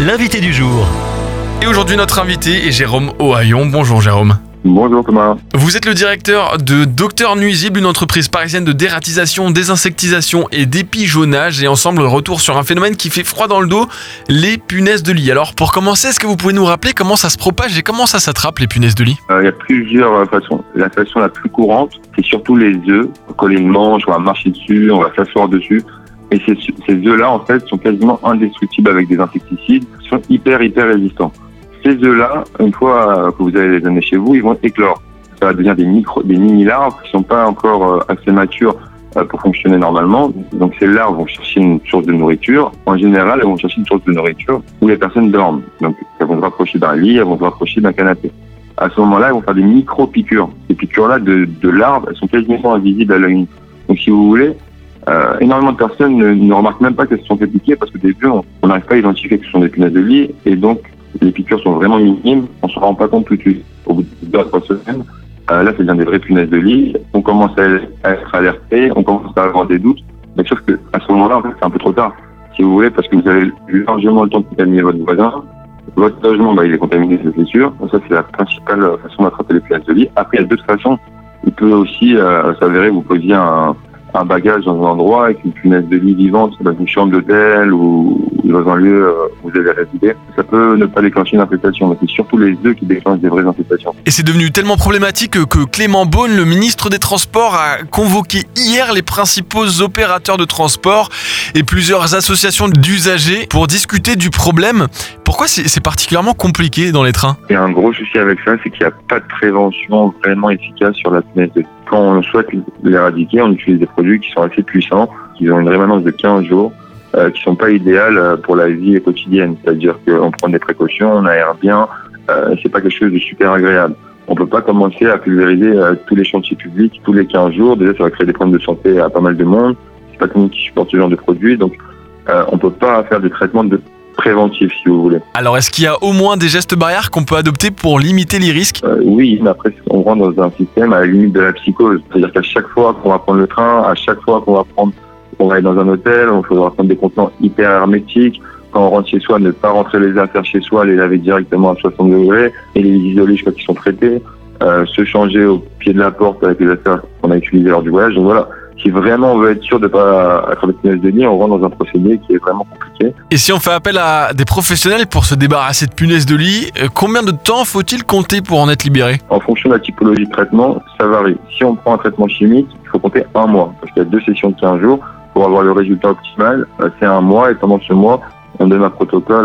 l'invité du jour. Et aujourd'hui, notre invité est Jérôme Ohaillon. Bonjour Jérôme. Bonjour Thomas. Vous êtes le directeur de Docteur Nuisible, une entreprise parisienne de dératisation, désinsectisation et d'épigeonnage. Et ensemble, retour sur un phénomène qui fait froid dans le dos, les punaises de lit. Alors pour commencer, est-ce que vous pouvez nous rappeler comment ça se propage et comment ça s'attrape les punaises de lit ? Il y a plusieurs façons. La façon la plus courante, c'est surtout les œufs. On va coller une manche, on va marcher dessus, on va s'asseoir dessus. Et ces œufs-là, en fait, sont quasiment indestructibles avec des insecticides. Ils sont hyper résistants. Ces œufs-là, une fois que vous allez les amener chez vous, ils vont éclore. Ça va devenir des mini-larves qui sont pas encore assez matures pour fonctionner normalement. Donc ces larves vont chercher une source de nourriture. En général, elles vont chercher une source de nourriture où les personnes dorment. Donc elles vont se rapprocher d'un lit, elles vont se rapprocher d'un canapé. À ce moment-là, elles vont faire des micro-piqûres. Ces piqûres-là de larves, elles sont quasiment invisibles à l'œil nu. Donc si vous voulez, énormément de personnes ne remarquent même pas qu'elles se sont fait piquer parce que des fois, on n'arrive pas à identifier que ce sont des punaises de lit et donc les piqûres sont vraiment minimes, on ne se rend pas compte tout de suite. Au bout de 2 à 3 semaines, là, ça devient des vraies punaises de lit. On commence à être alerté, on commence à avoir des doutes. Mais sauf qu'à ce moment-là, en fait, c'est un peu trop tard, si vous voulez, parce que vous avez eu largement le temps de contaminer votre voisin. Votre logement, il est contaminé, c'est sûr. Donc ça, c'est la principale façon d'attraper les punaises de lit. Après, il y a d'autres façons. Il peut aussi s'avérer, vous posiez un bagage dans un endroit avec une punaise de lit vivante dans une chambre d'hôtel ou dans un lieu où vous avez résidé. Ça peut ne pas déclencher une infestation, mais c'est surtout les œufs qui déclenchent des vraies infestations. Et c'est devenu tellement problématique que Clément Beaune, le ministre des Transports, a convoqué hier les principaux opérateurs de transport et plusieurs associations d'usagers pour discuter du problème. Pourquoi c'est particulièrement compliqué dans les trains ? Il y a un gros souci avec ça, c'est qu'il n'y a pas de prévention vraiment efficace sur la punaise de lit. Quand on souhaite l'éradiquer, on utilise des produits qui sont assez puissants, qui ont une rémanence de 15 jours, qui sont pas idéales pour la vie quotidienne. C'est-à-dire qu'on prend des précautions, on aère bien, c'est pas quelque chose de super agréable. On peut pas commencer à pulvériser tous les chantiers publics tous les 15 jours. Déjà, ça va créer des problèmes de santé à pas mal de monde. C'est pas tout le monde qui supporte ce genre de produits. Donc, on peut pas faire des traitements préventif, si vous voulez. Alors, est-ce qu'il y a au moins des gestes barrières qu'on peut adopter pour limiter les risques ? Oui, mais après, on rentre dans un système à la limite de la psychose. C'est-à-dire qu'à chaque fois qu'on va prendre le train, à chaque fois qu'on va aller dans un hôtel, il faudra prendre des contenants hyper hermétiques. Quand on rentre chez soi, ne pas rentrer les affaires chez soi, les laver directement à 60 degrés et les isoler jusqu'à ce qu'ils sont traités. Se changer au pied de la porte avec les affaires qu'on a utilisées lors du voyage. Donc voilà. Si vraiment on veut être sûr de ne pas attraper de punaises de lit, on rentre dans un procédé qui est vraiment compliqué. Et si on fait appel à des professionnels pour se débarrasser de punaises de lit, combien de temps faut-il compter pour en être libéré ? En fonction de la typologie de traitement, ça varie. Si on prend un traitement chimique, il faut compter 1 mois. Parce qu'il y a 2 sessions de 15 jours. Pour avoir le résultat optimal, c'est 1 mois. Et pendant ce mois, on donne un protocole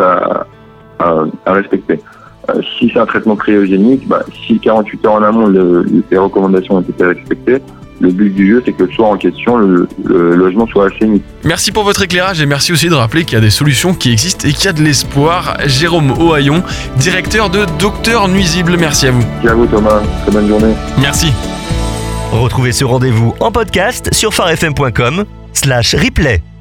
à respecter. Si c'est un traitement cryogénique, si 48 heures en amont, les recommandations ont été respectées, le but du jeu, c'est que le soir en question, le logement soit assaini. Merci pour votre éclairage et merci aussi de rappeler qu'il y a des solutions qui existent et qu'il y a de l'espoir. Jérôme Ohaillon, directeur de Docteur Nuisible, merci à vous. Merci à vous Thomas, très bonne journée. Merci. Retrouvez ce rendez-vous en podcast sur farfm.com/replay.